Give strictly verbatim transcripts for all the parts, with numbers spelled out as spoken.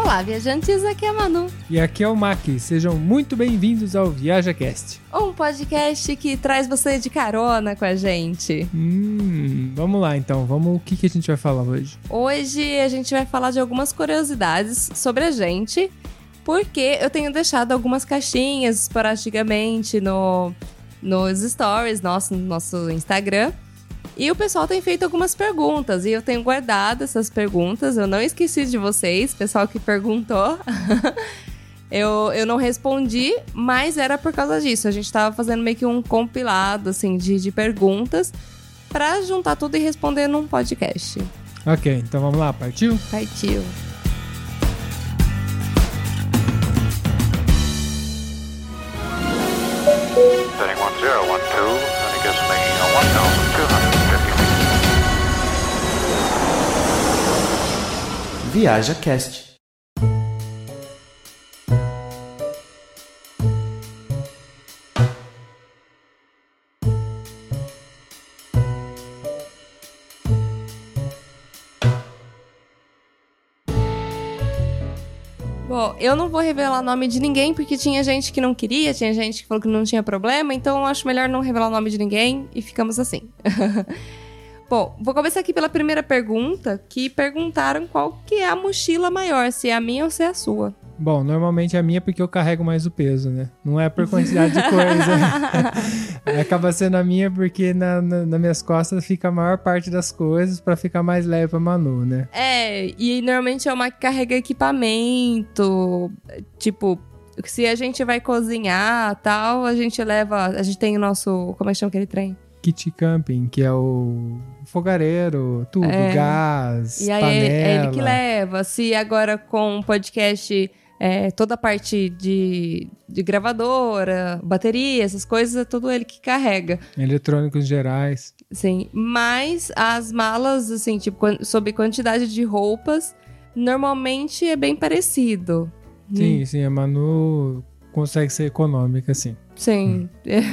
Olá, viajantes, aqui é a Manu. E aqui é o Maki. Sejam muito bem-vindos ao ViajaCast. Um podcast que traz você de carona com a gente. Hum, vamos lá então. Vamos, o que, que a gente vai falar hoje? Hoje a gente vai falar de algumas curiosidades sobre a gente, porque eu tenho deixado algumas caixinhas esporadicamente no, nos stories nosso, no nosso Instagram. E o pessoal tem feito algumas perguntas, e eu tenho guardado essas perguntas. Eu não esqueci de vocês, pessoal que perguntou. eu, eu não respondi, mas era por causa disso. A gente tava fazendo meio que um compilado, assim, de, de perguntas pra juntar tudo e responder num podcast. Ok, então vamos lá, partiu? Partiu. Setting one zero one two, and it gives me uh, one thousand two hundred fifty feet. ViajaCast. Bom, eu não vou revelar o nome de ninguém, porque tinha gente que não queria, tinha gente que falou que não tinha problema, então eu acho melhor não revelar o nome de ninguém e ficamos assim. Bom, vou começar aqui pela primeira pergunta, que perguntaram qual que é a mochila maior, se é a minha ou se é a sua. Bom, normalmente é a minha porque eu carrego mais o peso, né? Não é por quantidade de coisa. Acaba sendo a minha porque na, na, nas minhas costas fica a maior parte das coisas pra ficar mais leve pra Manu, né? É, e normalmente é uma que carrega equipamento, tipo, se a gente vai cozinhar e tal, a gente leva, a gente tem o nosso, como é que chama aquele trem? Kit camping, que é o fogareiro, tudo, É. gás, E aí panela. é ele que leva. Se agora com o podcast, é, toda a parte de, de gravadora, bateria, essas coisas, é tudo ele que carrega. Eletrônicos gerais. Sim, mas as malas, assim, tipo, quan- sobre quantidade de roupas, normalmente é bem parecido. Sim, sim, a Manu consegue ser econômica, sim. Sim.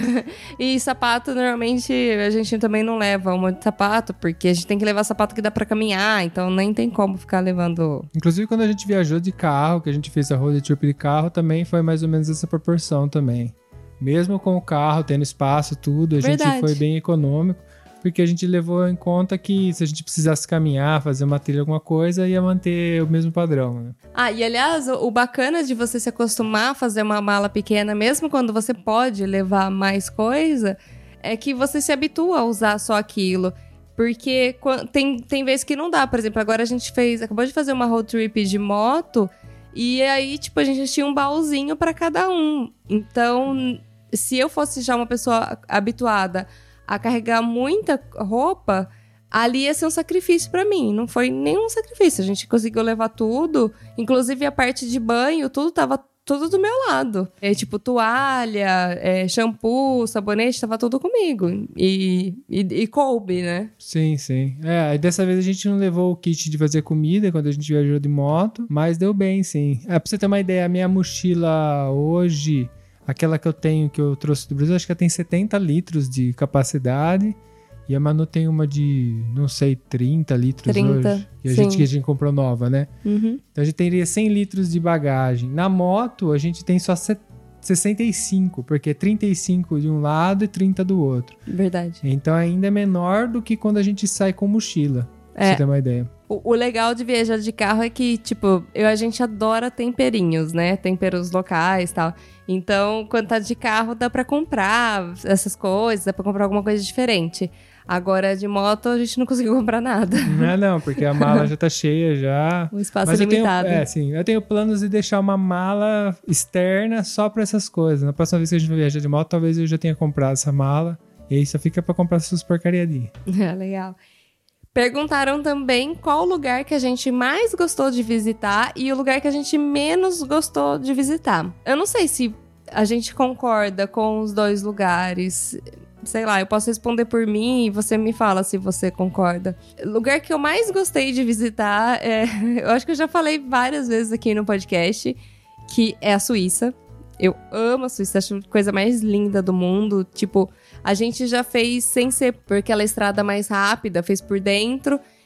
E sapato, normalmente, a gente também não leva um monte de sapato, porque a gente tem que levar sapato que dá pra caminhar, então nem tem como ficar levando... Inclusive, quando a gente viajou de carro, que a gente fez a road trip de carro, também foi mais ou menos essa proporção também. Mesmo com o carro, tendo espaço, tudo, a Verdade. gente foi bem econômico, porque a gente levou em conta que se a gente precisasse caminhar, fazer uma trilha, alguma coisa, ia manter o mesmo padrão, né? Ah, e aliás, o o bacana de você se acostumar a fazer uma mala pequena, mesmo quando você pode levar mais coisa, é que você se habitua a usar só aquilo. Porque quan- tem, tem vezes que não dá. Por exemplo, agora a gente fez, acabou de fazer uma road trip de moto, e aí, tipo, a gente tinha um baúzinho pra cada um. Então, se eu fosse já uma pessoa habituada a carregar muita roupa, ali ia ser um sacrifício pra mim. Não foi nenhum sacrifício. A gente conseguiu levar tudo. Inclusive a parte de banho, tudo tava tudo do meu lado. É, tipo, toalha, é, shampoo, sabonete, tava tudo comigo. E, e, e coube, né? Sim, sim. É, aí dessa vez a gente não levou o kit de fazer comida quando a gente viajou de moto, mas deu bem, sim. É, pra você ter uma ideia, a minha mochila hoje, aquela que eu tenho, que eu trouxe do Brasil, acho que ela tem setenta litros de capacidade. E a Manu tem uma de, não sei, trinta litros trinta, hoje. E a sim. gente, que a gente comprou nova, né? Uhum. Então a gente teria cem litros de bagagem. Na moto, a gente tem só se- sessenta e cinco, porque é trinta e cinco de um lado e trinta do outro. Verdade. Então ainda é menor do que quando a gente sai com mochila. Pra É. você ter uma ideia. O, o legal de viajar de carro é que, tipo, eu, a gente adora temperinhos, né? Temperos locais e tal. Então, quando tá de carro, dá pra comprar essas coisas, dá pra comprar alguma coisa diferente. Agora, de moto, a gente não conseguiu comprar nada. Não é não, porque a mala já tá cheia já. O espaço Mas é eu tenho, limitado. é, sim, eu tenho planos de deixar uma mala externa só pra essas coisas. Na próxima vez que a gente viajar de moto, talvez eu já tenha comprado essa mala. E aí só fica pra comprar essas porcariadinhas. É, legal. Perguntaram também qual o lugar que a gente mais gostou de visitar e o lugar que a gente menos gostou de visitar. Eu não sei se a gente concorda com os dois lugares. Sei lá, eu posso responder por mim e você me fala se você concorda. O lugar que eu mais gostei de visitar, é, eu acho que eu já falei várias vezes aqui no podcast, que é a Suíça. Eu amo a Suíça, acho a coisa mais linda do mundo. Tipo, a gente já fez sem ser por aquela estrada mais rápida, fez por dentro.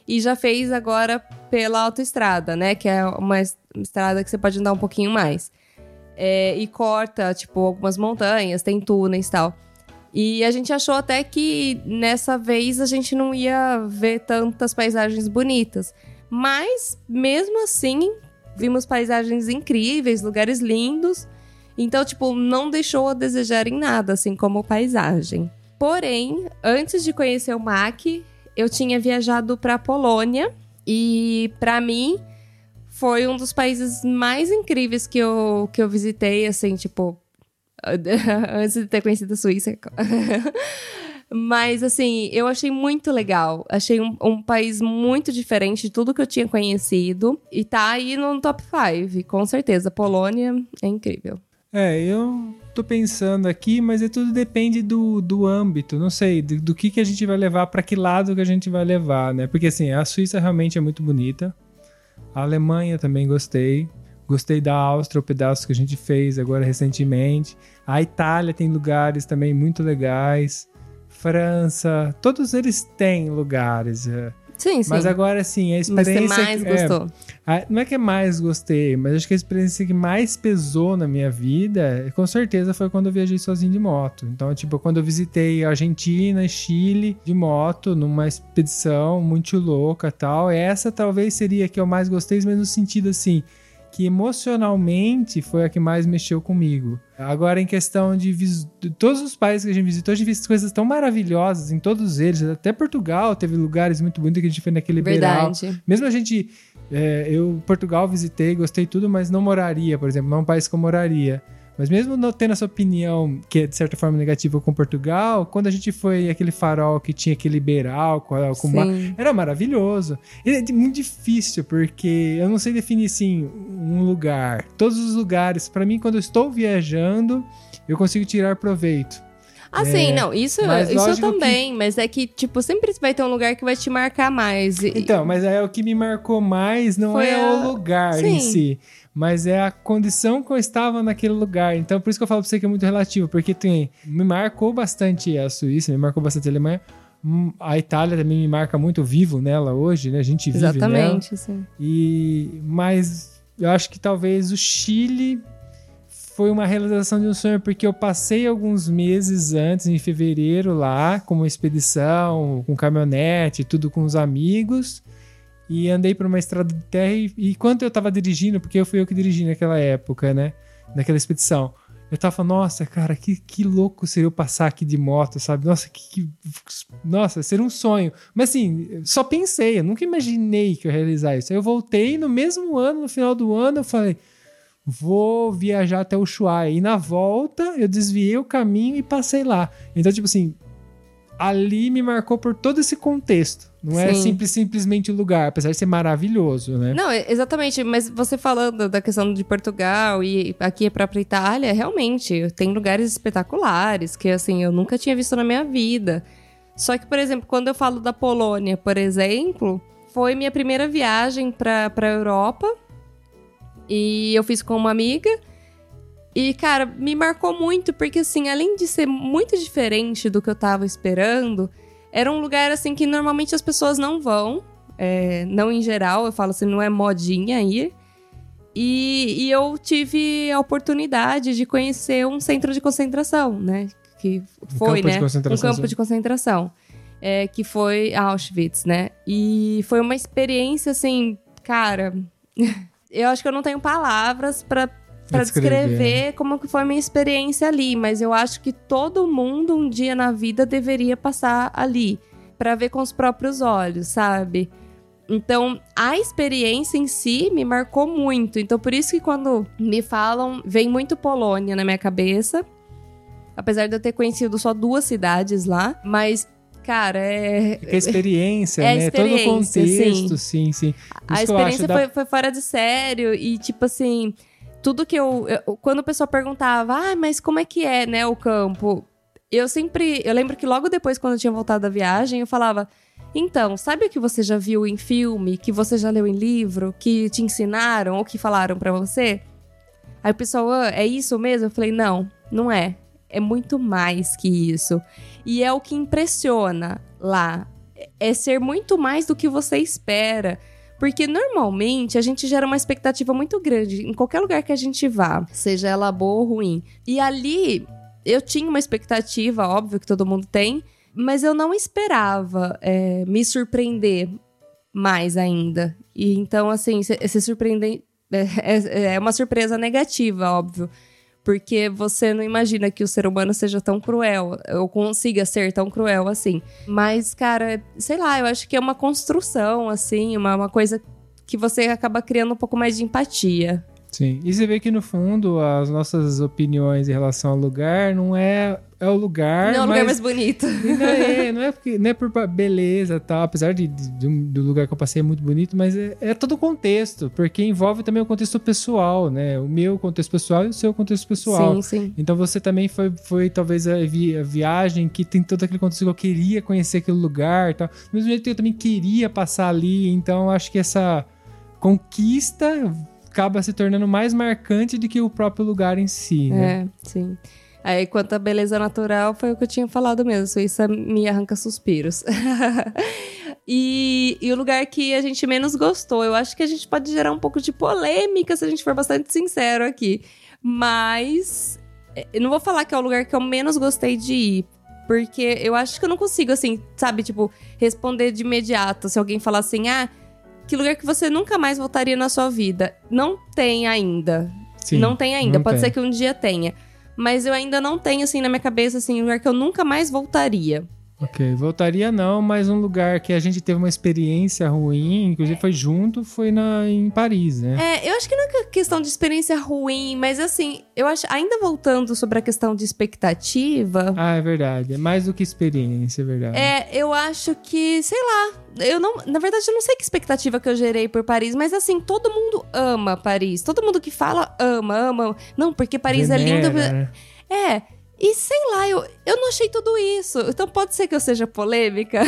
e já fez agora pela autoestrada, né? Que é uma estrada que você pode andar um pouquinho mais. É, e corta, tipo, algumas montanhas, tem túneis e tal. E a gente achou até que nessa vez a gente não ia ver tantas paisagens bonitas. Mas, mesmo assim, vimos paisagens incríveis, lugares lindos. Então, tipo, não deixou a desejar em nada, assim como paisagem. Porém, antes de conhecer o M A C, eu tinha viajado para a Polônia. E, para mim, foi um dos países mais incríveis que eu, que eu visitei, assim, tipo... antes de ter conhecido a Suíça. Mas, assim, eu achei muito legal. Achei um, um país muito diferente de tudo que eu tinha conhecido. E tá aí no top cinco, com certeza. Polônia é incrível. É, eu tô pensando aqui, mas é tudo depende do, do âmbito, não sei, do, do que, que a gente vai levar, pra que lado que a gente vai levar, né? Porque, assim, a Suíça realmente é muito bonita. A Alemanha também gostei. Gostei da Áustria, o pedaço que a gente fez agora recentemente. A Itália tem lugares também muito legais. França, todos eles têm lugares. Sim, sim. Mas agora, assim, a experiência... Mas você mais que, gostou? É, a, não é que mais gostei, mas acho que a experiência que mais pesou na minha vida, com certeza, foi quando eu viajei sozinho de moto. Então, tipo, quando eu visitei a Argentina e Chile de moto, numa expedição muito louca e tal. Essa talvez seria a que eu mais gostei, mas no sentido, assim... que emocionalmente foi a que mais mexeu comigo. Agora, em questão de, vis... de todos os países que a gente visitou, a gente viu coisas tão maravilhosas em todos eles. Até Portugal teve lugares muito bonitos que a gente foi naquele Beirão. Mesmo a gente... É, eu, Portugal, visitei, gostei tudo, mas não moraria, por exemplo. Não é um país que eu moraria. Mas mesmo não tendo essa opinião, que é de certa forma negativa com Portugal, quando a gente foi aquele farol que tinha aquele beiral, com, com mar, era maravilhoso. E é muito difícil, porque eu não sei definir, assim, um lugar. Todos os lugares, pra mim, quando eu estou viajando, eu consigo tirar proveito. Ah, é, sim, não, isso, isso também, que... mas é que, tipo, sempre vai ter um lugar que vai te marcar mais. E... Então, mas é o que me marcou mais, não Foi é a... o lugar sim. em si, mas é a condição que eu estava naquele lugar. Então, por isso que eu falo pra você que é muito relativo, porque tem, me marcou bastante a Suíça, me marcou bastante a Alemanha, a Itália também me marca muito, eu vivo nela hoje, né, a gente vive Exatamente, nela. Sim. E, mas eu acho que talvez o Chile... foi uma realização de um sonho, porque eu passei alguns meses antes, em fevereiro, lá, com uma expedição, com caminhonete, tudo com os amigos, e andei por uma estrada de terra, e, e enquanto eu tava dirigindo, porque eu fui eu que dirigi naquela época, né, naquela expedição, eu tava falando, nossa, cara, que, que louco seria eu passar aqui de moto, sabe? Nossa, que, que, nossa, seria um sonho. Mas assim, só pensei, eu nunca imaginei que eu ia realizar isso. Aí eu voltei, no mesmo ano, no final do ano, eu falei... vou viajar até Ushuaia. E na volta, eu desviei o caminho e passei lá. Então, tipo assim, ali me marcou por todo esse contexto. Não Sim. é simples, simplesmente o lugar, apesar de ser maravilhoso, né? Não, exatamente. Mas você falando da questão de Portugal e aqui a própria Itália, realmente, tem lugares espetaculares que, assim, eu nunca tinha visto na minha vida. Só que, por exemplo, quando eu falo da Polônia, por exemplo, foi minha primeira viagem pra, pra Europa. E eu fiz com uma amiga. E, cara, me marcou muito, porque, assim, além de ser muito diferente do que eu tava esperando, era um lugar, assim, que normalmente as pessoas não vão. É, não em geral, eu falo assim, não é modinha ir. E, e eu tive a oportunidade de conhecer um centro de concentração, né? Que foi, um campo né? De concentração, um campo sim. de concentração. É, que foi Auschwitz, né? E foi uma experiência, assim, cara... eu acho que eu não tenho palavras pra, pra descrever. descrever como que foi a minha experiência ali, mas eu acho que todo mundo um dia na vida deveria passar ali, pra ver com os próprios olhos, sabe? Então, a experiência em si me marcou muito. Então, por isso que quando me falam, vem muito Polônia na minha cabeça, apesar de eu ter conhecido só duas cidades lá, mas... cara, é... é a experiência, é né? Experiência, todo o contexto, sim, sim. sim. A experiência foi, da... foi fora de sério e, tipo assim, tudo que eu, eu... quando o pessoal perguntava, ah, mas como é que é, né, o campo? Eu sempre... eu lembro que logo depois, quando eu tinha voltado da viagem, eu falava, então, sabe o que você já viu em filme, que você já leu em livro, que te ensinaram ou que falaram pra você? Aí o pessoal, ah, é isso mesmo? Eu falei, não, não é. É muito mais que isso. E é o que impressiona lá. é ser muito mais do que você espera. Porque normalmente a gente gera uma expectativa muito grande em qualquer lugar que a gente vá, seja ela boa ou ruim. E ali eu tinha uma expectativa, óbvio que todo mundo tem, mas eu não esperava é, me surpreender mais ainda. E então, assim, se, se surpreender é, é uma surpresa negativa, óbvio. Porque você não imagina que o ser humano seja tão cruel, ou consiga ser tão cruel assim. Mas, cara, sei lá, eu acho que é uma construção, assim, uma, uma coisa que você acaba criando um pouco mais de empatia. Sim, e você vê que no fundo as nossas opiniões em relação ao lugar não é, é o lugar, não é o mas... lugar mais bonito. Não é, não é, porque, não é por beleza e tal, apesar de, de, de, do lugar que eu passei é muito bonito, mas é, é todo o contexto, porque envolve também o contexto pessoal, né? O meu contexto pessoal e o seu contexto pessoal. Sim, sim. Então você também foi, foi talvez a, vi, a viagem que tem todo aquele contexto que eu queria conhecer aquele lugar e tal. Do mesmo jeito que eu também queria passar ali, então acho que essa conquista acaba se tornando mais marcante do que o próprio lugar em si, né? É, sim. Aí, quanto à beleza natural, foi o que eu tinha falado mesmo. Suíça me arranca suspiros. e, e o lugar que a gente menos gostou, eu acho que a gente pode gerar um pouco de polêmica se a gente for bastante sincero aqui. Mas eu não vou falar que é o lugar que eu menos gostei de ir, porque eu acho que eu não consigo, assim, sabe, tipo, responder de imediato. Se alguém falar assim, ah, que lugar que você nunca mais voltaria na sua vida? Não tem ainda. Sim, não tem ainda. não Pode tem. ser que um dia tenha. Mas eu ainda não tenho, assim, na minha cabeça, assim, um lugar que eu nunca mais voltaria. Ok, voltaria não, mas um lugar que a gente teve uma experiência ruim, inclusive foi junto, foi na, em Paris, né? É, eu acho que não é questão de experiência ruim, mas assim, eu acho, ainda voltando sobre a questão de expectativa... Ah, é verdade, é mais do que experiência, é verdade. É, eu acho que, sei lá, eu não, na verdade eu não sei que expectativa que eu gerei por Paris, mas assim, todo mundo ama Paris, todo mundo que fala ama, ama, não, porque Paris Venera, é lindo... né? É... E sei lá, eu, eu não achei tudo isso. Então pode ser que eu seja polêmica.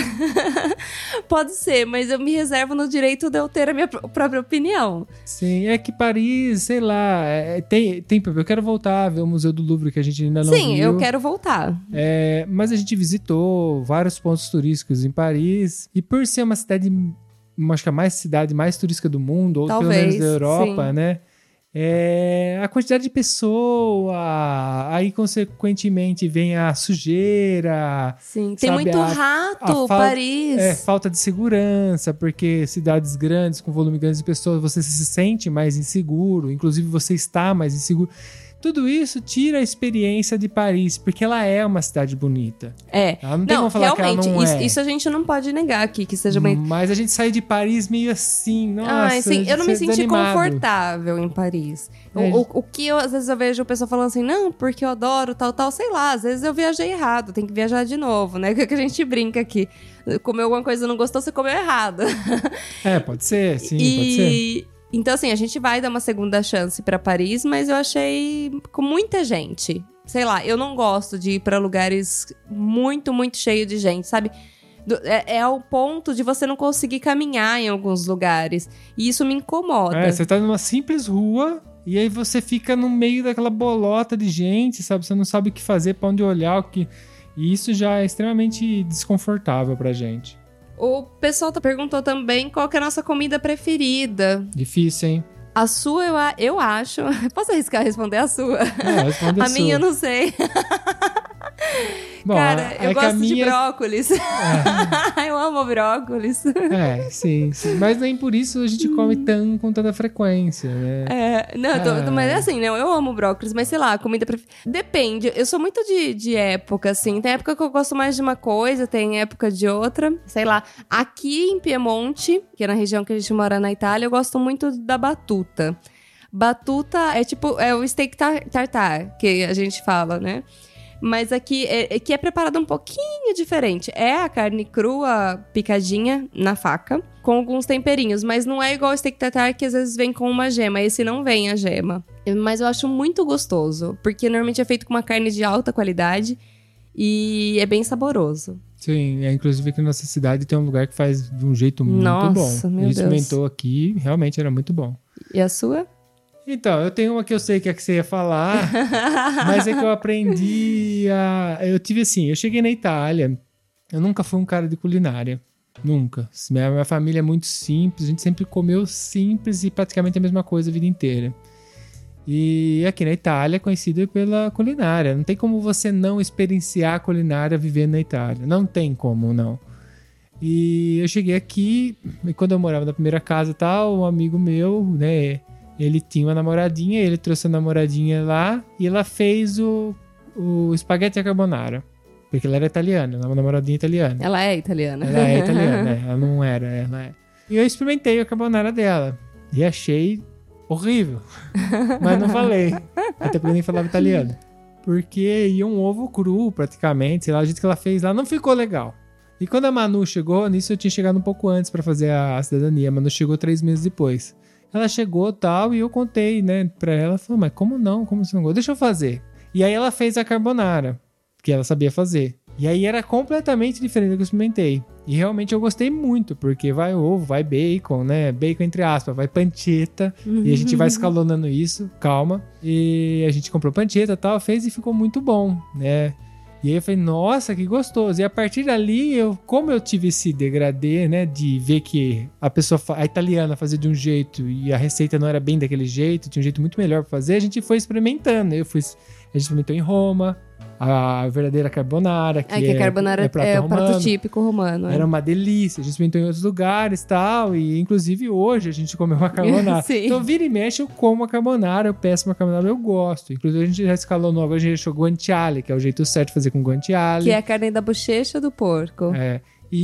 Pode ser, mas eu me reservo no direito de eu ter a minha pr- própria opinião. Sim, é que Paris, sei lá, é, tem, tem, eu quero voltar a ver o Museu do Louvre que a gente ainda não Sim, viu. eu quero voltar. É, mas a gente visitou vários pontos turísticos em Paris. E por ser uma cidade, acho que a mais cidade mais turística do mundo, ou Talvez, pelo menos da Europa, sim. né? É, a quantidade de pessoa, aí consequentemente vem a sujeira. Sim, tem sabe, muito a- rato, a fal- Paris. É, falta de segurança, porque cidades grandes, com volume grande de pessoas, você se sente mais inseguro, inclusive você está mais inseguro. Tudo isso tira a experiência de Paris, porque ela é uma cidade bonita. É. Ela não tem como falar que ela realmente, não isso, é. isso a gente não pode negar aqui, que seja bem... Mas a gente sai de Paris meio assim, nossa, Ah, sim, eu não me você é senti desanimado. confortável em Paris. O, É. o, o que eu, às vezes eu vejo o pessoal falando assim, não, porque eu adoro tal, tal, sei lá, às vezes eu viajei errado, tem que viajar de novo, né? Que a gente brinca aqui. Comeu alguma coisa e não gostou, você comeu errado. É, pode ser, sim, e... pode ser. Então, assim, a gente vai dar uma segunda chance pra Paris, mas eu achei com muita gente. Sei lá, eu não gosto de ir pra lugares muito, muito cheio de gente, sabe? Do- É, é ao ponto de você não conseguir caminhar em alguns lugares. E isso me incomoda. É, você tá numa simples rua e aí você fica no meio daquela bolota de gente, sabe? Você não sabe o que fazer, pra onde olhar, o que... E isso já é extremamente desconfortável pra gente. O pessoal tá- perguntou também qual que é a nossa comida preferida. Difícil, hein? A sua, eu, a- eu acho... Posso arriscar responder a sua? É, responde a a minha eu sua. não sei. Bom, Cara, é eu que a gosto de minha- brócolis. eu amo brócolis. É, sim, sim. Mas nem por isso a gente come tão com tanta frequência, né? É, não, eu tô- Ah. mas assim, não, eu amo brócolis, mas sei lá, comida preferida. Depende, eu sou muito de, de época, assim. Tem época que eu gosto mais de uma coisa, tem época de outra. Sei lá, aqui em Piemonte, que é na região que a gente mora na Itália, eu gosto muito da batuta. Batuta é tipo, é o steak tar- tartar, que a gente fala, né? Mas aqui é, é que é preparado um pouquinho diferente. É a carne crua picadinha na faca, com alguns temperinhos. Mas não é igual o steak tartar, que às vezes vem com uma gema. Esse não vem a gema. Mas eu acho muito gostoso, porque normalmente é feito com uma carne de alta qualidade e é bem saboroso. Sim, é, inclusive aqui na nossa cidade tem um lugar que faz de um jeito muito Nossa, bom. meu A gente Deus. experimentou aqui, realmente era muito bom. E a sua? Então, eu tenho uma que eu sei que é que você ia falar, mas é que eu aprendi a... Eu tive assim, eu cheguei na Itália, eu nunca fui um cara de culinária. Nunca. Minha, minha família é muito simples, a gente sempre comeu simples e praticamente a mesma coisa a vida inteira. E aqui na Itália é conhecido pela culinária. Não tem como você não experienciar a culinária vivendo na Itália. Não tem como, não. E eu cheguei aqui, e quando eu morava na primeira casa e tal, um amigo meu, né, ele tinha uma namoradinha, ele trouxe a namoradinha lá e ela fez o, o espaguete à carbonara. Porque ela era italiana, uma namoradinha italiana. Ela é italiana. Ela é italiana, né? Ela não era, ela é. E eu experimentei a carbonara dela e achei horrível. Mas não falei, até porque eu nem falava italiano. Porque ia um ovo cru, praticamente, sei lá, o jeito que ela fez lá não ficou legal. E quando a Manu chegou, nisso eu tinha chegado um pouco antes pra fazer a cidadania. A Manu chegou três meses depois. Ela chegou tal, e eu contei, né, pra ela. Falei, mas como não? Como você não gosta? Deixa eu fazer. E aí ela fez a carbonara, que ela sabia fazer. E aí era completamente diferente do que eu experimentei. E realmente eu gostei muito, porque vai ovo, vai bacon, né? Bacon entre aspas, vai pancetta. Uhum. E a gente vai escalonando isso, calma. E a gente comprou pancetta e tal, fez e ficou muito bom, né? E aí eu falei, nossa, que gostoso. E a partir dali, eu, como eu tive esse degradê, né, de ver que a pessoa, a italiana fazia de um jeito e a receita não era bem daquele jeito, tinha um jeito muito melhor pra fazer, a gente foi experimentando. Eu fui, a gente experimentou em Roma, a verdadeira carbonara, que, é, que é, a carbonara é, prato é o romano. prato típico romano. É. Era uma delícia, a gente experimentou em outros lugares e tal, e inclusive hoje a gente comeu uma carbonara. Então vira e mexe eu como a carbonara, eu peço uma carbonara, eu gosto. Inclusive a gente já escalonou, agora a gente achou guanciale, que é o jeito certo de fazer com guanciale. Que é a carne da bochecha do porco. É,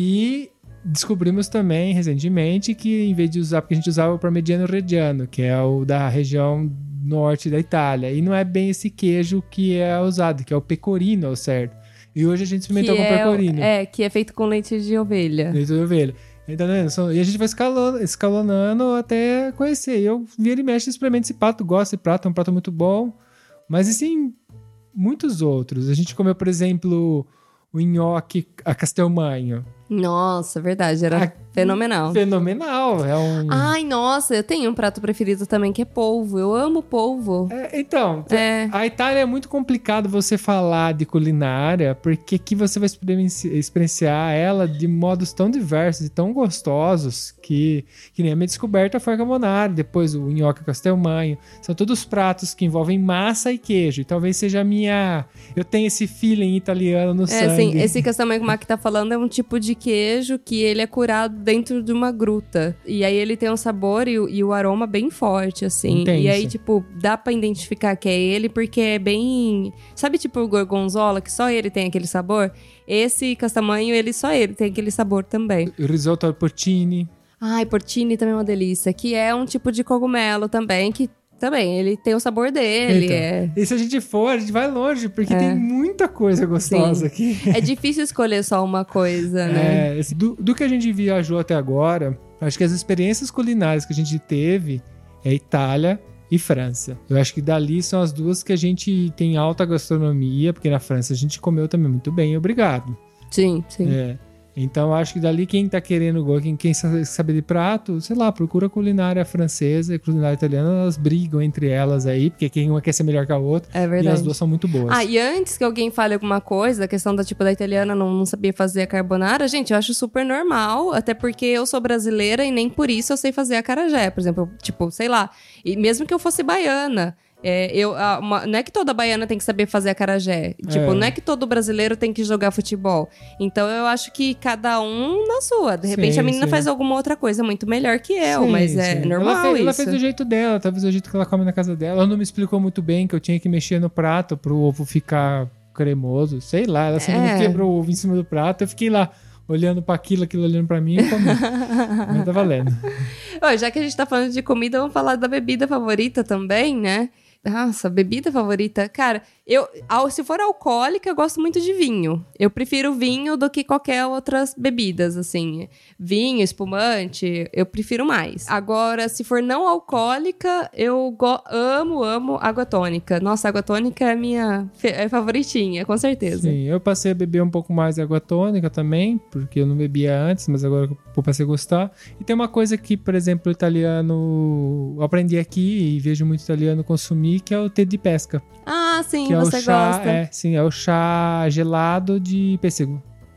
e descobrimos também recentemente que em vez de usar, porque a gente usava o Parmigiano Reggiano, que é o da região norte da Itália, e não é bem esse queijo que é usado, que é o pecorino, ao certo. E hoje a gente experimentou que com é, pecorino. É, que é feito com leite de ovelha. Leite de ovelha. Então, né, e a gente vai escalando, escalonando até conhecer. Eu vira e mexe, experimento esse prato, gosto desse prato, é um prato muito bom. Mas, assim, muitos outros. A gente comeu, por exemplo, o nhoque a Castelmanho. Nossa, verdade, era a... fenomenal. Fenomenal, é um... Ai, nossa, eu tenho um prato preferido também, que é polvo. Eu amo polvo. É, então, é. a Itália é muito complicado você falar de culinária, porque aqui você vai experienciar ela de modos tão diversos e tão gostosos que, que nem a minha descoberta foi a carbonara, depois o nhoque Castelmanho. São todos pratos que envolvem massa e queijo. E talvez seja a minha... Eu tenho esse feeling italiano no é, sangue. Sim, esse Castelmanho que o Mac tá falando é um tipo de queijo que ele é curado dentro de uma gruta. E aí ele tem um sabor e, e o aroma bem forte, assim. Intenso. E aí, tipo, dá pra identificar que é ele porque é bem... Sabe, tipo, o gorgonzola, que só ele tem aquele sabor? Esse Castelmanho, ele só ele tem aquele sabor também. O risoto al porcini. Ai, porcini também é uma delícia. Que é um tipo de cogumelo também, que... Também, ele tem o sabor dele. Então, é... E se a gente for, a gente vai longe, porque é. tem muita coisa gostosa Sim. aqui. É difícil escolher só uma coisa, né? É, do, do que a gente viajou até agora, acho que as experiências culinárias que a gente teve é Itália e França. Eu acho que dali são as duas que a gente tem alta gastronomia, porque na França a gente comeu também muito bem, obrigado. Sim, sim. É. Então, acho que dali quem tá querendo, quem, quem sabe de prato, sei lá, procura culinária francesa e culinária italiana, elas brigam entre elas aí, porque quem uma quer ser melhor que a outra. É verdade. E as duas são muito boas. Ah, e antes que alguém fale alguma coisa, a questão da, tipo, da italiana não, não sabia fazer a carbonara, gente, eu acho super normal, até porque eu sou brasileira e nem por isso eu sei fazer a acarajé, por exemplo, tipo, sei lá, e mesmo que eu fosse baiana... É, eu, uma, não é que toda baiana tem que saber fazer acarajé. Tipo, é. não é que todo brasileiro tem que jogar futebol. Então, eu acho que cada um na sua. De repente, sim, a menina sim. faz alguma outra coisa muito melhor que eu. Sim, mas é sim. normal ela fez, isso. Ela fez do jeito dela. Talvez do jeito que ela come na casa dela. Ela não me explicou muito bem que eu tinha que mexer no prato pro ovo ficar cremoso. Sei lá, ela sempre é. quebrou o ovo em cima do prato. Eu fiquei lá olhando para aquilo, aquilo olhando para mim e comi. Mas tá valendo. Ó, já que a gente tá falando de comida, vamos falar da bebida favorita também, né? Nossa, bebida favorita? Cara, eu, se for alcoólica, eu gosto muito de vinho. Eu prefiro vinho do que qualquer outras bebidas, assim. Vinho, espumante, eu prefiro mais. Agora, se for não alcoólica, eu go- amo, amo água tônica. Nossa, água tônica é a minha fe- é favoritinha, com certeza. Sim, eu passei a beber um pouco mais de água tônica também, porque eu não bebia antes, mas agora eu passei a gostar. E tem uma coisa que, por exemplo, o italiano... Eu aprendi aqui e vejo muito italiano consumir, que é o tê de pesca. Ah, sim, que você é o chá, gosta. É, sim, é o chá gelado de pêssego.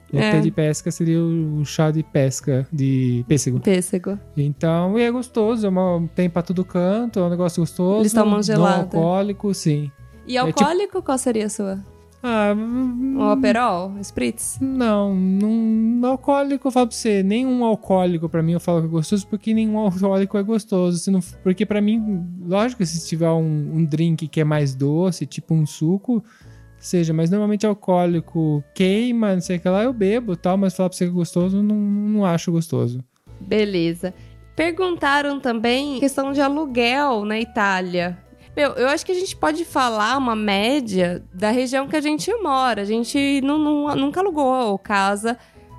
O É. té de pesca seria o chá de pesca, de pêssego. Pêssego. Então, e é gostoso, é uma, tem pra todo canto, é um negócio gostoso. Eles tomam gelado. Não alcoólico, sim. E alcoólico, qual seria a sua? Ah, Um Aperol? Spritz? não, não, alcoólico eu falo pra você, nenhum alcoólico pra mim eu falo que é gostoso, porque nenhum alcoólico é gostoso. Se não, porque pra mim, lógico, se tiver um, um drink que é mais doce, tipo um suco, seja, mas normalmente alcoólico queima, não sei o que lá, eu bebo e tal, mas falar pra você que é gostoso, não, não acho gostoso. Beleza. Perguntaram também questão de aluguel na Itália. Meu, eu acho que a gente pode falar uma média da região que a gente mora. A gente não, não- nunca alugou casa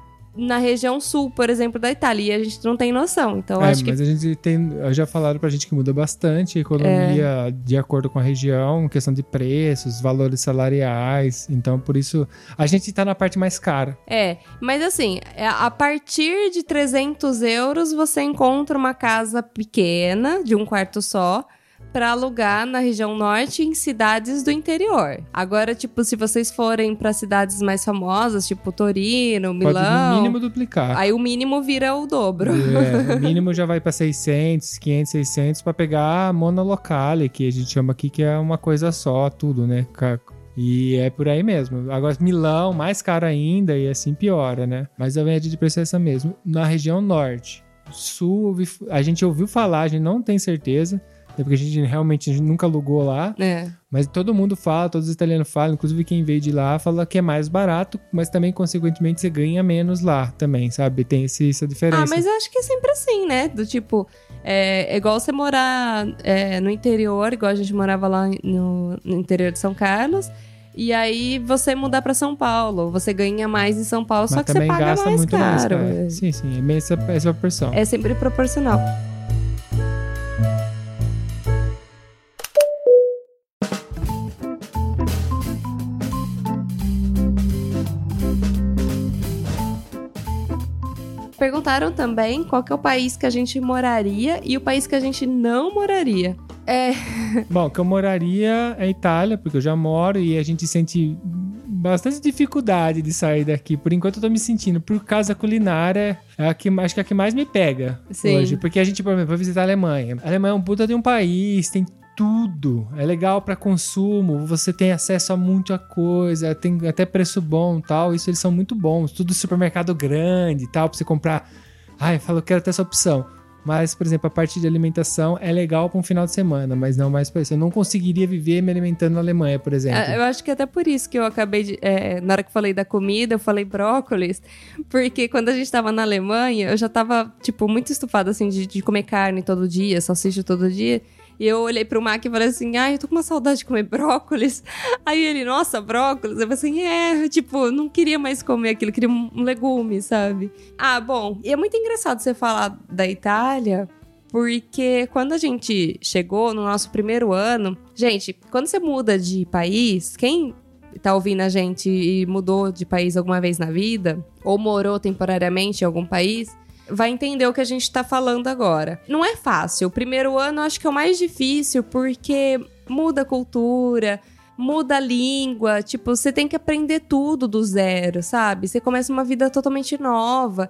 na região sul, por exemplo, da Itália. E a gente não tem noção. Então, eu É, acho que mas a gente tem, já falaram pra gente que muda bastante a economia É. de acordo com a região, questão de preços, valores salariais, então por isso a gente tá na parte mais cara. É, mas assim, é, a partir de trezentos euros você encontra uma casa pequena, de um quarto só, pra alugar na região norte em cidades do interior. Agora, tipo, se vocês forem pra cidades mais famosas, tipo Torino, Pode no Milão, mínimo duplicar. aí o mínimo vira o dobro. É, o mínimo já vai pra seiscentos, quinhentos, seiscentos pra pegar a monolocale, que a gente chama aqui, que é uma coisa só, tudo, né? Ca- E é por aí mesmo. Agora, Milão, mais caro ainda, e assim piora, né? Mas a média de preço é essa mesmo. Na região norte, sul, ouvi- a gente ouviu falar, a gente não tem certeza, até porque a gente realmente a gente nunca alugou lá, É. mas todo mundo fala, todos os italianos falam, inclusive quem veio de lá fala que é mais barato, mas também, consequentemente, você ganha menos lá também, sabe? Tem esse, essa diferença. Ah, mas eu acho que é sempre assim, né? Do tipo, é, é igual você morar é, no interior, igual a gente morava lá no, no interior de São Carlos. E aí você mudar pra São Paulo, você ganha mais em São Paulo, Mas só que você também paga gasta mais muito caro. mais, cara. Sim, sim, é bem essa, essa proporção. É sempre proporcional. Perguntaram também qual que é o país que a gente moraria e o país que a gente não moraria. É, Bom, que eu moraria é Itália, porque eu já moro e a gente sente bastante dificuldade de sair daqui. Por enquanto eu tô me sentindo, por causa da culinária, é a que, acho que é a que mais me pega Sim. hoje. Porque a gente, por exemplo, vai visitar a Alemanha. A Alemanha é um puta de um país, tem tudo. É legal pra consumo, você tem acesso a muita coisa, tem até preço bom e tal. Isso eles são muito bons. Tudo supermercado grande e tal, pra você comprar. Ai, eu falo, eu quero ter essa opção. Mas, por exemplo, a parte de alimentação é legal para um final de semana, mas não mais para isso. Eu não conseguiria viver me alimentando na Alemanha, por exemplo. É, eu acho que até por isso que eu acabei de... é, na hora que eu falei da comida, eu falei brócolis. Porque quando a gente tava na Alemanha, eu já tava, tipo, muito estufada, assim, de, de comer carne todo dia, salsicha todo dia. E eu olhei pro Mac e falei assim, ai, eu tô com uma saudade de comer brócolis. Aí ele, nossa, brócolis? Eu falei assim, é, tipo, não queria mais comer aquilo, queria um legume, sabe? Ah, bom, e é muito engraçado você falar da Itália, porque quando a gente chegou no nosso primeiro ano... Gente, quando você muda de país, quem tá ouvindo a gente e mudou de país alguma vez na vida, ou morou temporariamente em algum país, vai entender o que a gente tá falando agora. Não é fácil. O primeiro ano eu acho que é o mais difícil, porque muda a cultura, muda a língua. Tipo, você tem que aprender tudo do zero, sabe? Você começa uma vida totalmente nova.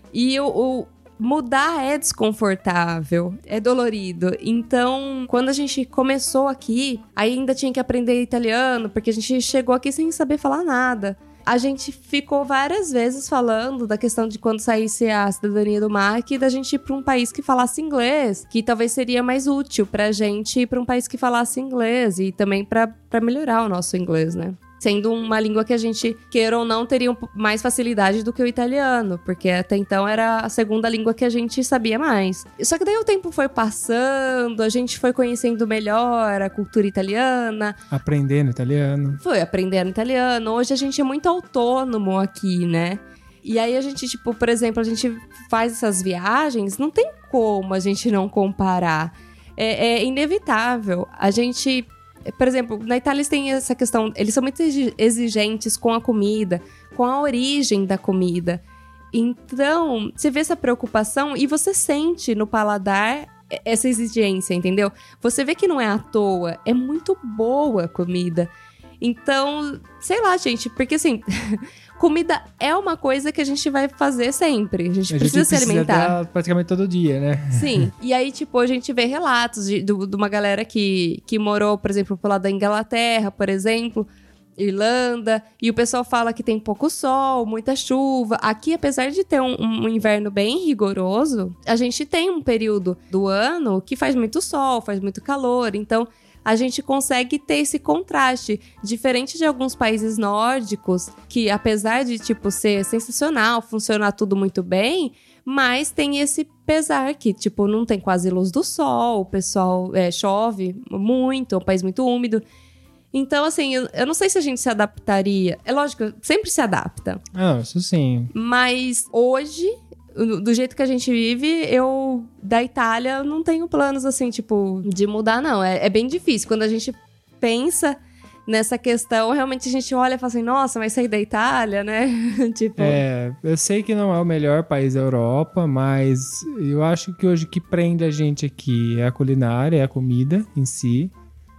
E o, o mudar é desconfortável, é dolorido. Então, quando a gente começou aqui, ainda tinha que aprender italiano, porque a gente chegou aqui sem saber falar nada. A gente ficou várias vezes falando da questão de quando saísse a cidadania do M A C, da gente ir para um país que falasse inglês, que talvez seria mais útil pra gente ir para um país que falasse inglês e também pra pra melhorar o nosso inglês, né? Sendo uma língua que a gente, queira ou não, teria um p- mais facilidade do que o italiano, porque até então era a segunda língua que a gente sabia mais. Só que daí o tempo foi passando, a gente foi conhecendo melhor a cultura italiana, Aprendendo italiano. foi aprendendo italiano. Hoje a gente é muito autônomo aqui, né? E aí a gente, tipo, por exemplo, a gente faz essas viagens, não tem como a gente não comparar. É, é inevitável. A gente, por exemplo, na Itália eles têm essa questão, eles são muito exi- exigentes com a comida, com a origem da comida. Então, você vê essa preocupação e você sente no paladar essa exigência, entendeu? Você vê que não é à toa, é muito boa a comida. Então, sei lá, gente, porque assim, comida é uma coisa que a gente vai fazer sempre. A gente A precisa gente se precisa alimentar. dela praticamente todo dia, né? Sim, e aí, tipo, a gente vê relatos de, do- de uma galera que, que morou, por exemplo, pro lado da Inglaterra, por exemplo, Irlanda, e o pessoal fala que tem pouco sol, muita chuva. Aqui, apesar de ter um, um inverno bem rigoroso, a gente tem um período do ano que faz muito sol, faz muito calor, então a gente consegue ter esse contraste, diferente de alguns países nórdicos, que apesar de, tipo, ser sensacional, funcionar tudo muito bem, mas tem esse pesar que, tipo, não tem quase luz do sol, o pessoal é, chove muito, é um país muito úmido. Então, assim, eu, eu não sei se a gente se adaptaria. É lógico, sempre se adapta. Ah, isso sim. Mas hoje, do do jeito que a gente vive, eu, da Itália, não tenho planos, assim, tipo, de mudar, não. É, é bem difícil. Quando a gente pensa nessa questão, realmente a gente olha e fala assim, nossa, mas sair da Itália, né? Tipo... É, eu sei que não é o melhor país da Europa, mas eu acho que hoje o que prende a gente aqui é a culinária, é a comida em si,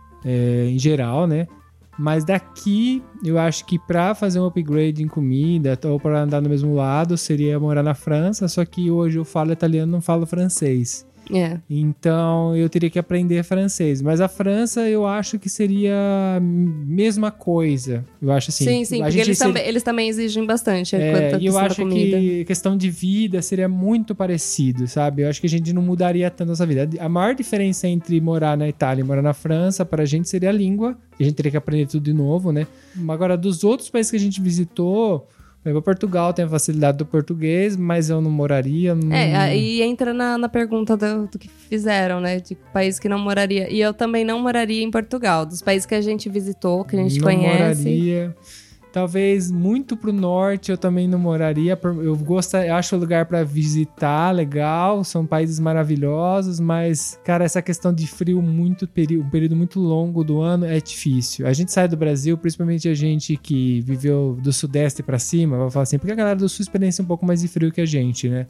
é, em geral, né? Mas daqui, eu acho que pra fazer um upgrade em comida ou pra andar no mesmo lado, seria morar na França, só que hoje eu falo italiano, não falo francês. É. Então eu teria que aprender francês. Mas a França eu acho que seria a mesma coisa. Eu acho assim. Sim, sim, a porque gente eles, seria- também, eles também exigem bastante É, quanto à e eu questão da acho comida. que questão de vida seria muito parecido, sabe? Eu acho que a gente não mudaria tanto a nossa vida. A maior diferença entre morar na Itália e morar na França, pra gente, seria a língua. A gente teria que aprender tudo de novo, né? Agora, dos outros países que a gente visitou, por exemplo, Portugal tem a facilidade do português, mas eu não moraria. Não... É, aí entra na, na pergunta do, do que fizeram, né? De país que não moraria. E eu também não moraria em Portugal. Dos países que a gente visitou, que a gente não conhece. moraria. Talvez muito pro norte eu também não moraria. por- Eu gosto, eu acho o lugar pra visitar legal, são países maravilhosos, mas, cara, essa questão de frio muito peri- um período muito longo do ano é difícil. A gente sai do Brasil, principalmente a gente que viveu do sudeste pra cima, vai falar assim, porque a galera do sul experiencia um pouco mais de frio que a gente, né?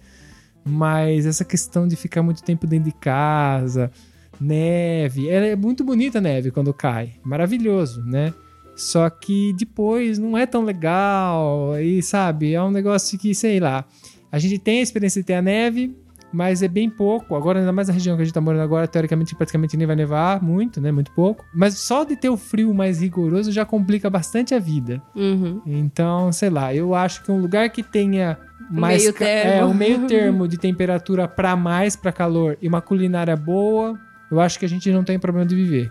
Mas essa questão de ficar muito tempo dentro de casa, neve, ela é muito bonita a neve quando cai, maravilhoso, né? Só que depois não é tão legal e, sabe, é um negócio que, sei lá, a gente tem a experiência de ter a neve, mas é bem pouco. Agora, ainda mais na região que a gente tá morando agora, teoricamente, praticamente nem vai nevar muito, né? Muito pouco. Mas só de ter o frio mais rigoroso já complica bastante a vida. Uhum. Então, sei lá, eu acho que um lugar que tenha mais meio ca- termo. é, um meio termo de temperatura pra mais, pra calor e uma culinária boa, eu acho que a gente não tem problema de viver.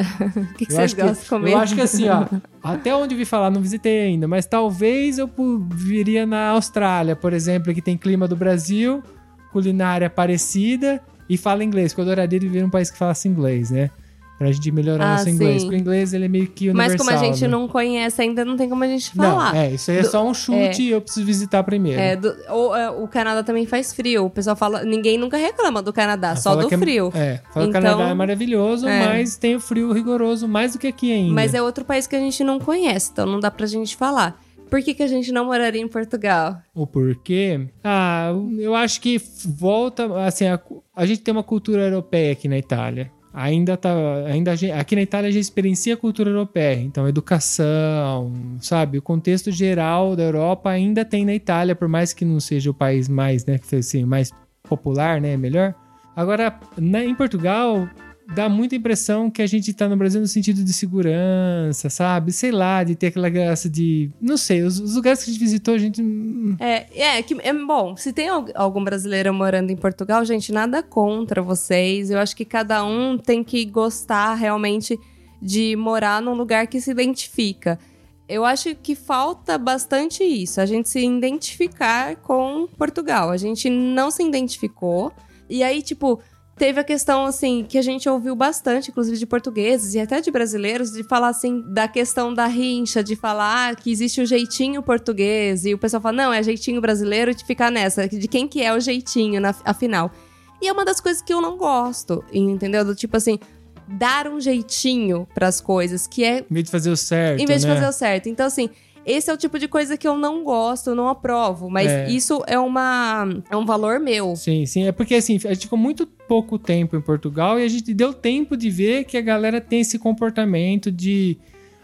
O que, que Eu vocês acho que- gostam de comer? Eu acho que assim, ó, até onde eu vi falar, não visitei ainda, mas talvez eu pu- viria na Austrália, por exemplo, que tem clima do Brasil, culinária parecida e fala inglês, porque eu adoraria viver num país que falasse inglês, né? Pra gente melhorar Ah, nosso inglês. sim. Porque o inglês, ele é meio que universal, Mas como a gente né? não conhece ainda, não tem como a gente Não, falar. é, isso aí é Do- só um chute e eu preciso visitar primeiro. É, do- ou, é, o Canadá também faz frio. O pessoal fala... Ninguém nunca reclama do Canadá, só Fala do que é- frio. É, fala que o Então, Canadá é maravilhoso, é. mas tem o frio rigoroso mais do que aqui ainda. Mas é outro país que a gente não conhece, então não dá pra gente falar. Por que, que a gente não moraria em Portugal? O porquê? Ah, eu acho que volta, assim, a, a gente tem uma cultura europeia aqui na Itália. Ainda tá, ainda a gente- aqui na Itália a gente experiencia a cultura europeia, então educação, sabe, o contexto geral da Europa ainda tem na Itália, por mais que não seja o país mais, né, que assim, mais popular, né, melhor. Agora, na- em Portugal, dá muita impressão que a gente tá no Brasil no sentido de segurança, sabe? Sei lá, de ter aquela graça de... Não sei, os, os lugares que a gente visitou, a gente... hum, É, é, que, é bom, se tem al- algum brasileiro morando em Portugal, gente, nada contra vocês. Eu acho que cada um tem que gostar realmente de morar num lugar que se identifica. Eu acho que falta bastante isso, a gente se identificar com Portugal. A gente não se identificou. E aí, tipo, teve a questão, assim, que a gente ouviu bastante, inclusive de portugueses e até de brasileiros, de falar, assim, da questão da rincha, de falar que existe o jeitinho português, e o pessoal fala, não, é jeitinho brasileiro, de ficar nessa, de quem que é o jeitinho, na, afinal. E é uma das coisas que eu não gosto, entendeu? Do tipo, assim, dar um jeitinho pras coisas, que é Em vez de fazer o certo, em vez de né? fazer o certo. Então, assim, esse é o tipo de coisa que eu não gosto, eu não aprovo. Mas É. isso é, uma, é um valor meu. Sim, sim. É porque, assim, a gente ficou muito pouco tempo em Portugal e a gente deu tempo de ver que a galera tem esse comportamento de...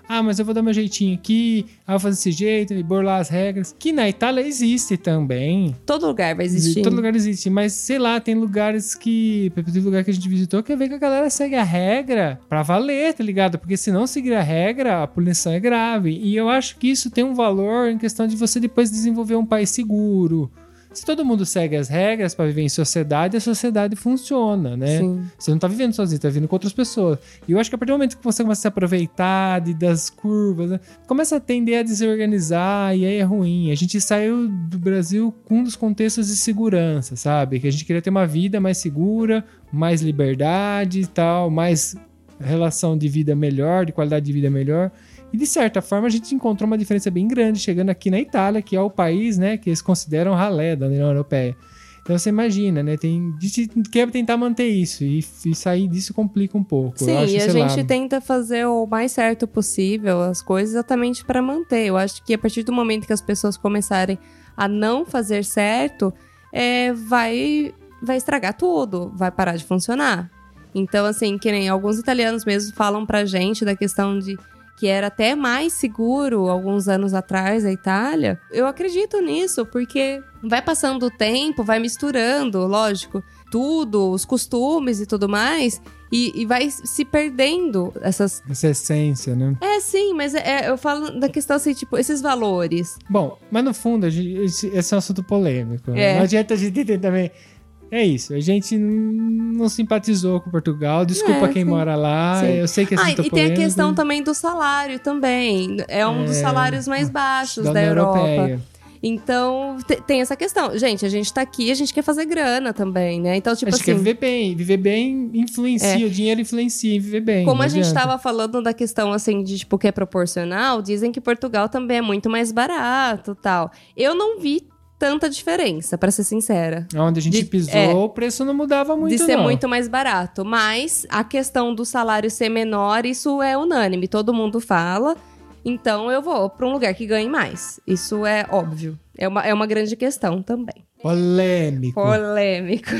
Ah, mas eu vou dar meu jeitinho aqui, ah, vou fazer desse jeito, e burlar as regras. Que na Itália existe também. Todo lugar vai existir. Todo lugar existe, mas sei lá, tem lugares que... Tem lugar que a gente visitou que vê que a galera segue a regra pra valer, tá ligado? Porque se não seguir a regra, a punição é grave. E eu acho que isso tem um valor em questão de você depois desenvolver um país seguro. Se todo mundo segue as regras pra viver em sociedade, a sociedade funciona, né? Sim. Você não tá vivendo sozinho, tá vivendo com outras pessoas. E eu acho que a partir do momento que você começa a se aproveitar de, das curvas, né? Começa a tender a desorganizar e aí é ruim. A gente saiu do Brasil com um dos contextos de segurança, sabe? Que a gente queria ter uma vida mais segura, mais liberdade e tal, mais relação de vida melhor, de qualidade de vida melhor. E de certa forma a gente encontrou uma diferença bem grande chegando aqui na Itália, que é o país, né, que eles consideram ralé da União Europeia. Então você imagina, né, tem, a gente quer tentar manter isso e, e sair disso complica um pouco. Sim, eu acho, e a sei gente lá, tenta fazer o mais certo possível as coisas exatamente para manter. Eu acho que a partir do momento que as pessoas começarem a não fazer certo, é, vai, vai estragar tudo, vai parar de funcionar. Então, assim, que nem alguns italianos mesmo falam pra gente da questão de que era até mais seguro alguns anos atrás a Itália. Eu acredito nisso, porque vai passando o tempo, vai misturando, lógico, tudo, os costumes e tudo mais, e, e vai se perdendo essas... Essa essência, né? É, sim, mas é, eu falo da questão assim, tipo, esses valores. Bom, mas no fundo, a gente, esse, esse é um assunto polêmico. É. Não adianta a gente ter também... É isso, a gente não simpatizou com Portugal, desculpa É, quem sim. mora lá, Sim. eu sei que é Ah, assunto e tem a polêmico. questão também do salário também. É um dos É, salários mais baixos da, da União Europa. Europeia. Então, te- tem essa questão. Gente, a gente tá aqui, a gente quer fazer grana também, né? Então, tipo a gente quer assim, viver bem, viver bem influencia, É. o dinheiro influencia em viver bem. como não a gente adianta. tava falando da questão, assim, de, tipo, que é proporcional, dizem que Portugal também é muito mais barato e tal. Eu não vi tanta diferença, pra ser sincera. Onde a gente de- pisou, é. o preço não mudava muito, de ser não. muito mais barato. Mas a questão do salário ser menor, isso é unânime. Todo mundo fala. Então eu vou pra um lugar que ganhe mais. Isso é óbvio. É uma, é uma grande questão também. Polêmico. Polêmico.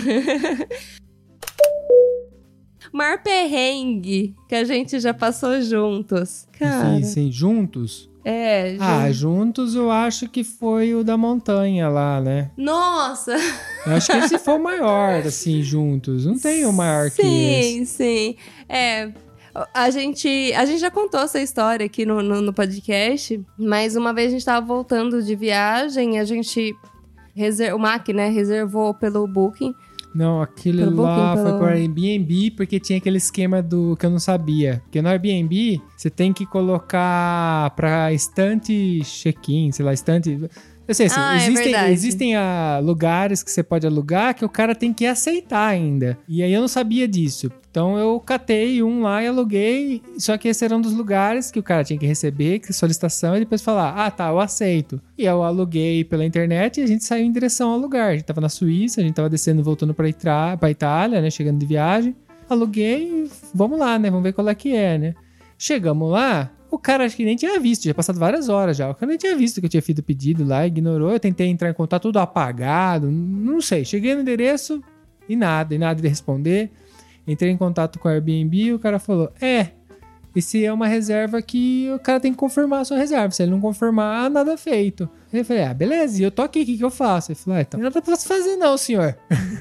Maior perrengue que a gente já passou juntos. Cara, Sim, sim, juntos? é... Ah, jun- juntos eu acho que foi o da montanha lá, né? Nossa! Eu acho que esse foi o maior, assim, juntos. Não tem o maior que esse. Sim, sim. É... A gente, a gente já contou essa história aqui no, no, no podcast, mas uma vez a gente tava voltando de viagem, a gente... Reser... O Mac, né, reservou pelo Booking. Não, aquele Pelo lá Booking, foi pelo- pro Airbnb, porque tinha aquele esquema do que eu não sabia. Porque no Airbnb, você tem que colocar pra estante check-in, sei lá, estante... Eu sei, assim, Ah, é existem, verdade. existem ah, lugares que você pode alugar que o cara tem que aceitar ainda. E aí eu não sabia disso. Então eu catei um lá e aluguei, só que esse era um dos lugares que o cara tinha que receber que solicitação e depois falar, ah tá, eu aceito. E eu aluguei pela internet e a gente saiu em direção ao lugar. A gente tava na Suíça, a gente tava descendo, voltando pra, Itra- pra Itália, né, chegando de viagem. Aluguei e vamos lá, né, vamos ver qual é que é, né. Chegamos lá, o cara acho que nem tinha visto, já passado várias horas já. O cara nem tinha visto que eu tinha feito o pedido lá, ignorou. Eu tentei entrar em contato, tudo apagado, não sei. Cheguei no endereço e nada, e nada de responder. Entrei em contato com o Airbnb e o cara falou, é, esse é uma reserva que o cara tem que confirmar a sua reserva. Se ele não confirmar, nada feito. Aí eu falei, ah, beleza, e eu tô aqui, o que que eu faço? Ele falou, ah, então não dá pra você fazer não, senhor.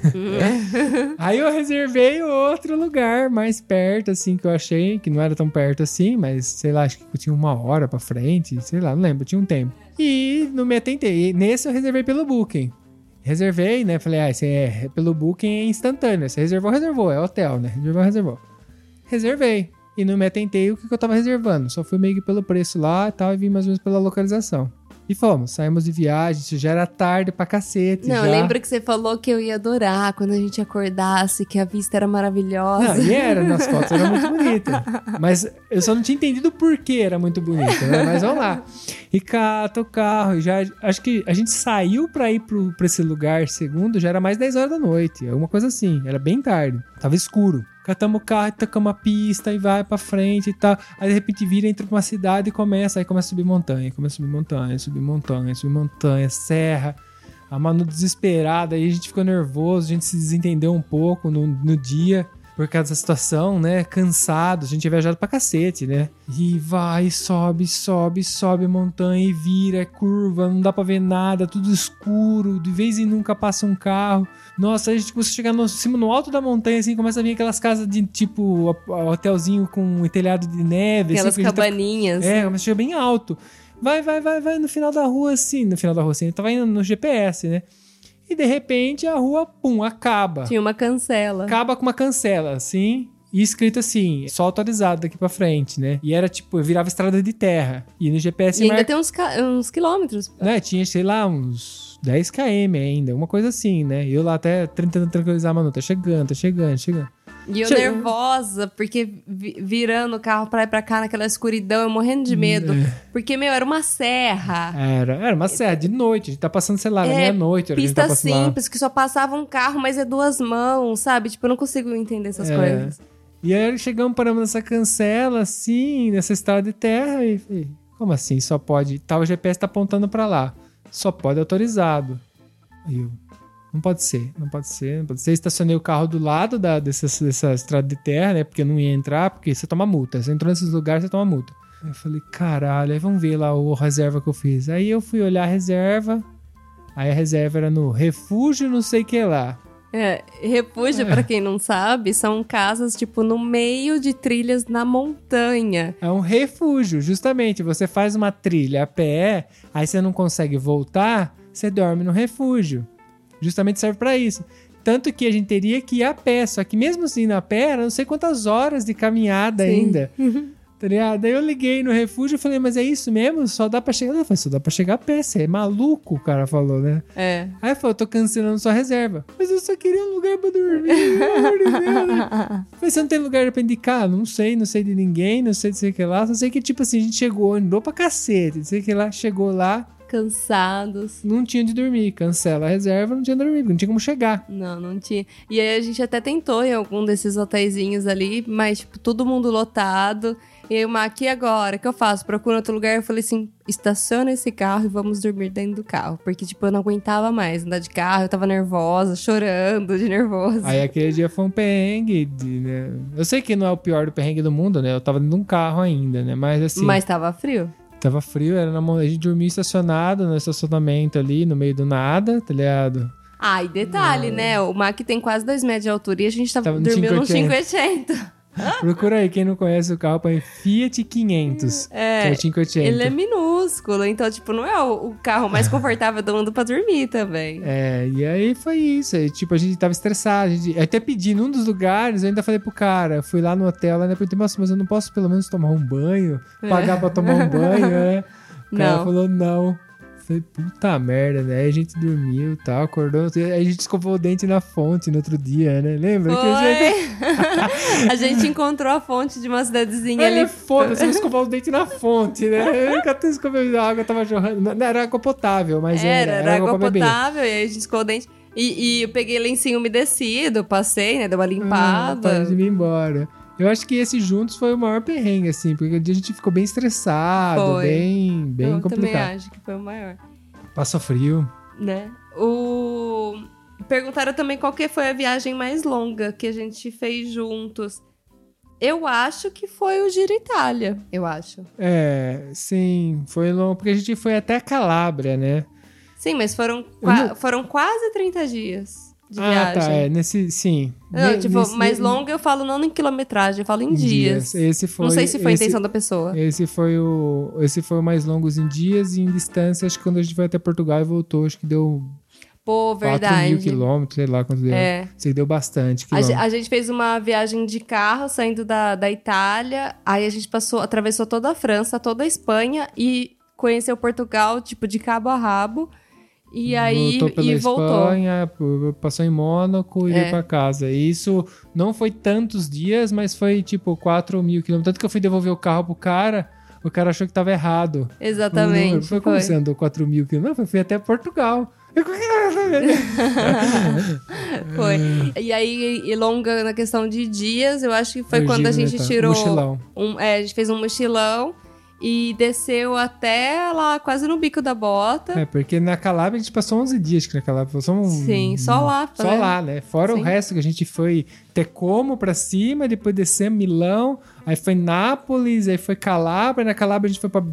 Aí eu reservei outro lugar mais perto, assim, que eu achei, que não era tão perto assim, mas, sei lá, acho que tinha uma hora pra frente, sei lá, não lembro, tinha um tempo. E não me atentei. E nesse eu reservei pelo Booking. Reservei, né? Falei, ah, esse é pelo Booking é instantâneo. Você reservou, reservou, é hotel, né? Reservou, reservou. Reservei. E não me atentei o que que eu tava reservando. Só fui meio que pelo preço lá e tal, e vim mais ou menos pela localização. E fomos, saímos de viagem, isso já era tarde pra cacete. Não, já. eu lembro que você falou que eu ia adorar quando a gente acordasse, que a vista era maravilhosa. Não, e era, nas fotos era muito bonita. Mas eu só não tinha entendido por que era muito bonita, né? Mas vamos lá. E cata o carro, e já, acho que a gente saiu pra ir pro, pra esse lugar segundo, já era mais dez horas da noite, alguma coisa assim, era bem tarde, tava escuro. Catamos o carro, tocamos a pista e vai pra frente e tal. Aí de repente vira, entra pra uma cidade e começa. Aí começa a subir montanha, começa a subir montanha, subir montanha, subir montanha, serra. A Manu desesperada, aí a gente ficou nervoso, a gente se desentendeu um pouco no, no dia. por causa da situação, né? Cansado, a gente tinha viajado pra cacete, né? E vai, sobe, sobe, sobe a montanha e vira, é curva, não dá pra ver nada, tudo escuro, de vez em nunca passa um carro. Nossa, a gente começou a chegar no cima, no alto da montanha, assim, começa a vir aquelas casas de tipo hotelzinho com um telhado de neve. Aquelas assim, cabaninhas. Tá... É, começa a chegar bem alto. Vai, vai, vai, vai, no final da rua, assim, no final da rua, assim, eu tava indo no G P S, né? E de repente a rua, pum, acaba. Tinha uma cancela. Acaba com uma cancela, assim, e escrito assim, só autorizado daqui pra frente, né? E era tipo, virava estrada de terra. E no G P S... E ainda mar... tem uns, uns quilômetros. Né? Tinha, sei lá, uns dez quilômetros ainda, uma coisa assim, né? E eu lá até tentando tranquilizar a Manu, tá chegando, tá chegando, chegando. E eu Che... nervosa, porque vi- virando o carro pra ir pra cá naquela escuridão, eu morrendo de medo. É. Porque, meu, era uma serra. Era, era uma serra de noite, a gente tá passando, sei lá, na É, meia-noite. hora que a gente Pista tá passando lá. simples, que só passava um carro, mas é duas mãos, sabe? Tipo, eu não consigo entender essas É. coisas. E aí chegamos, paramos nessa cancela, assim, nessa estrada de terra, e, e como assim? Só pode. Tá, o G P S tá apontando pra lá. Só pode autorizado. Aí eu. Não pode ser, não pode ser, não pode ser. Eu estacionei o carro do lado da, dessa, dessa estrada de terra, né? Porque eu não ia entrar, porque você toma multa. Você entrou nesses lugares, você toma multa. Aí eu falei, caralho, aí vamos ver lá o reserva que eu fiz. Aí eu fui olhar a reserva. Aí a reserva era no refúgio, não sei o que lá. É, refúgio, É. pra quem não sabe, são casas, tipo, no meio de trilhas na montanha. É um refúgio, justamente. Você faz uma trilha a pé, aí você não consegue voltar, você dorme no refúgio. Justamente serve pra isso. Tanto que a gente teria que ir a pé, só que mesmo assim indo a pé, era não sei quantas horas de caminhada Sim. ainda. Tá ligado? Daí eu liguei no refúgio e falei, mas é isso mesmo? Só dá pra chegar? Eu falei, só dá pra chegar a pé, você é maluco, o cara falou, né? É. Aí eu falei, eu tô cancelando sua reserva. Mas eu só queria um lugar pra dormir, pelo amor de Deus, né? Mas você não tem lugar pra indicar? Não sei, não sei de ninguém, não sei de sei o que lá. Só sei que, tipo assim, a gente chegou, andou pra cacete, não sei o que lá, chegou lá, Cansados. não tinha onde dormir. Cancela a reserva, não tinha onde dormir, não tinha como chegar. Não, não tinha. E aí a gente até tentou em algum desses hotéisinhos ali, mas, tipo, todo mundo lotado. E aí, o Mac, e agora? O que eu faço? Procura outro lugar? Eu falei assim, estaciona esse carro e vamos dormir dentro do carro. Porque, tipo, eu não aguentava mais andar de carro, eu tava nervosa, chorando de nervoso. Aí aquele dia foi um perrengue, de, né? Eu sei que não é o pior do perrengue do mundo, né? Eu tava dentro de um carro ainda, né? Mas assim... Mas tava frio. Tava frio, era na mão. A gente dormia estacionado no estacionamento ali, no meio do nada, tá ligado? Ah, e detalhe, né? O Mac tem quase dois metros de altura e a gente tava, Tava no dormindo no quinhentos. quinhentos. Procura aí, quem não conhece o carro, põe Fiat quinhentos, É, que é o quinhentos. Ele é minúsculo, então, tipo, não é o, o carro mais confortável do mundo pra dormir também. É, e aí foi isso. Aí, tipo, a gente tava estressado. A gente, eu até pedi num dos lugares, eu ainda falei pro cara, fui lá no hotel, lá, né? Perguntei, nossa, mas eu não posso pelo menos tomar um banho? Pagar pra tomar um banho, né? O cara Não. falou, não. Falei, puta merda, né? Aí a gente dormiu e tal, acordou. Aí a gente escovou o dente na fonte no outro dia, né? Lembra? Que a gente... Foi. A gente encontrou a fonte de uma cidadezinha Aí, ali. foda-se, eu escovar os dentes na fonte, né? Eu nunca até escovei, a água tava jorrando. Não era água potável, mas Era, era. era água pra beber. potável, e aí a gente escovou o dente. E, e eu peguei lencinho umedecido, passei, né? Dei uma Ah, limpada. pode ir embora. Eu acho que esse juntos foi o maior perrengue, assim, porque a gente ficou bem estressado, Foi. bem, bem eu também complicado. acho que foi o maior, Passou frio. né? O... Perguntaram também qual que foi a viagem mais longa que a gente fez juntos. Eu acho que foi o Giro Itália, eu acho. É, sim, foi longo, porque a gente foi até Calábria, né? Sim, mas foram, qua- não- foram quase trinta dias de ah, viagem. tá, é, nesse, sim. Não, Ne- tipo, nesse- mais ne- longa eu falo não em quilometragem, eu falo em, em dias. Esse foi, Não sei se foi esse, a intenção da pessoa. Esse foi o, esse foi o mais longos em dias e em distância. Acho que quando a gente foi até Portugal e voltou, acho que deu Pô, quatro verdade. mil quilômetros, sei lá quanto deu. É. Sei que deu bastante A, ge- quilômetros. a gente fez uma viagem de carro saindo da, da Itália, aí a gente passou, atravessou toda a França, toda a Espanha e conheceu Portugal, tipo, de cabo a rabo. E aí voltou pela e voltou. Espanha, p- passou em Mônaco e É. veio pra casa. E isso não foi tantos dias, mas foi tipo quatro mil quilômetros. Tanto que eu fui devolver o carro pro cara, o cara achou que tava errado. Exatamente. Foi como foi. você andou quatro mil quilômetros? Não, eu fui até Portugal. Eu- Foi. E aí, e longa na questão de dias, eu acho que foi Foi quando a giro, gente né, tá? tirou. Mochilão. Um, é, a gente fez um mochilão. e desceu até lá, quase no bico da bota. É, porque na Calábria a gente passou onze dias que na Calábria. Passou um, Sim, só lá. Só né? lá, né? Fora Sim. o resto que a gente foi Tecomo pra cima, depois descemos Milão, aí foi Nápoles, aí foi Calábria. Na Calábria a gente foi pra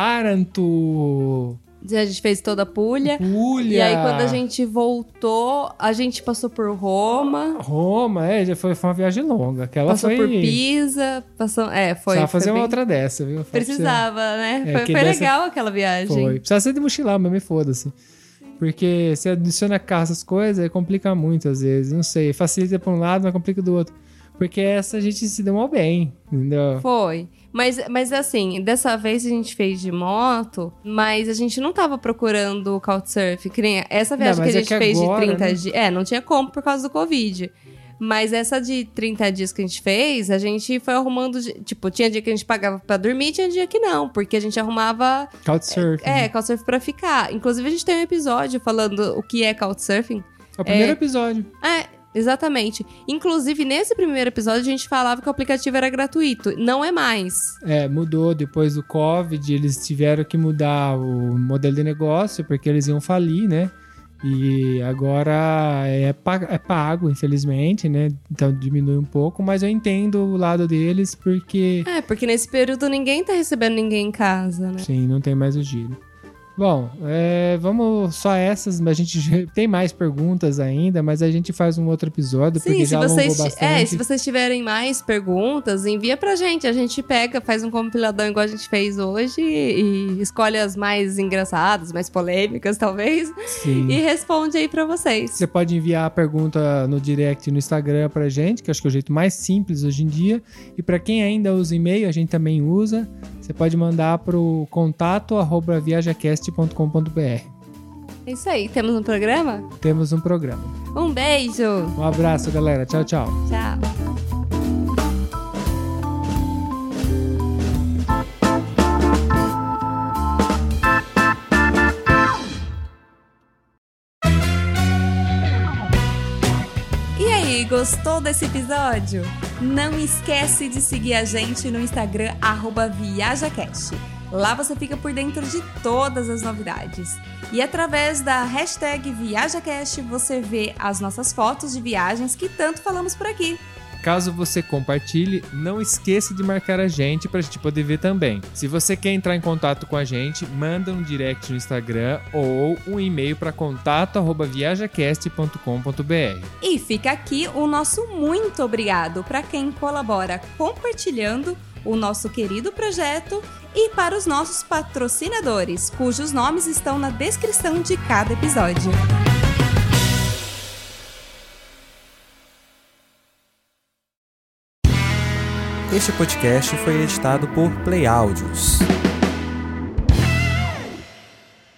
Taranto... A gente fez toda a Puglia. Puglia. E aí, quando a gente voltou, a gente passou por Roma. Roma, é, já foi, foi uma viagem longa. Aquela passou foi... por Pisa. Passou, é, foi. Precisava fazer foi uma bem... outra dessa, viu? Precisava, né? É, foi foi dessa... legal aquela viagem. Foi. Precisava ser de mochilão, mas me foda-se. Porque se adiciona carro, essas coisas, aí complica muito às vezes. Não sei, facilita pra um lado, mas complica do outro. Porque essa a gente se deu mal bem, entendeu? Foi. Mas, mas assim, dessa vez a gente fez de moto, mas a gente não tava procurando Couchsurfing. Que nem essa viagem não, que a gente é que fez agora, de trinta né? dias. É, não tinha como por causa do Covid. Mas essa de trinta dias que a gente fez, a gente foi arrumando... Tipo, tinha dia que a gente pagava pra dormir, tinha dia que não. Porque a gente arrumava... Couchsurfing. É, é Couchsurfing pra ficar. Inclusive, a gente tem um episódio falando o que é Couchsurfing. É o primeiro é, episódio. É... Exatamente. Inclusive, nesse primeiro episódio, a gente falava que o aplicativo era gratuito. Não é mais. É, mudou. Depois do Covid, eles tiveram que mudar o modelo de negócio, porque eles iam falir, né? E agora é pago, é pago, infelizmente, né? Então diminui um pouco, mas eu entendo o lado deles, porque... É, porque nesse período ninguém tá recebendo ninguém em casa, né? Sim, não tem mais o giro. Bom, é, vamos só essas, a gente tem mais perguntas ainda, mas a gente faz um outro episódio, Sim, porque se já vocês, alongou bastante. É, se vocês tiverem mais perguntas, envia pra gente, a gente pega, faz um compiladão igual a gente fez hoje e, e escolhe as mais engraçadas, mais polêmicas talvez, Sim. e responde aí pra vocês. Você pode enviar a pergunta no direct no Instagram pra gente, que acho que é o jeito mais simples hoje em dia, e pra quem ainda usa e-mail, a gente também usa, você pode mandar pro contato arroba viajacast ponto com ponto b r. É isso aí, temos um programa? Temos um programa. Um beijo! Um abraço, galera. Tchau, tchau. Tchau. E aí, gostou desse episódio? Não esquece de seguir a gente no Instagram arroba viajacast. Lá você fica por dentro de todas as novidades. E através da hashtag ViajaCast você vê as nossas fotos de viagens que tanto falamos por aqui. Caso você compartilhe, não esqueça de marcar a gente pra gente poder ver também. Se você quer entrar em contato com a gente, manda um direct no Instagram ou um e-mail para contato arroba viajacast ponto com ponto b r. E fica aqui o nosso muito obrigado para quem colabora compartilhando o nosso querido projeto e para os nossos patrocinadores, cujos nomes estão na descrição de cada episódio. Este podcast foi editado por Play Áudios.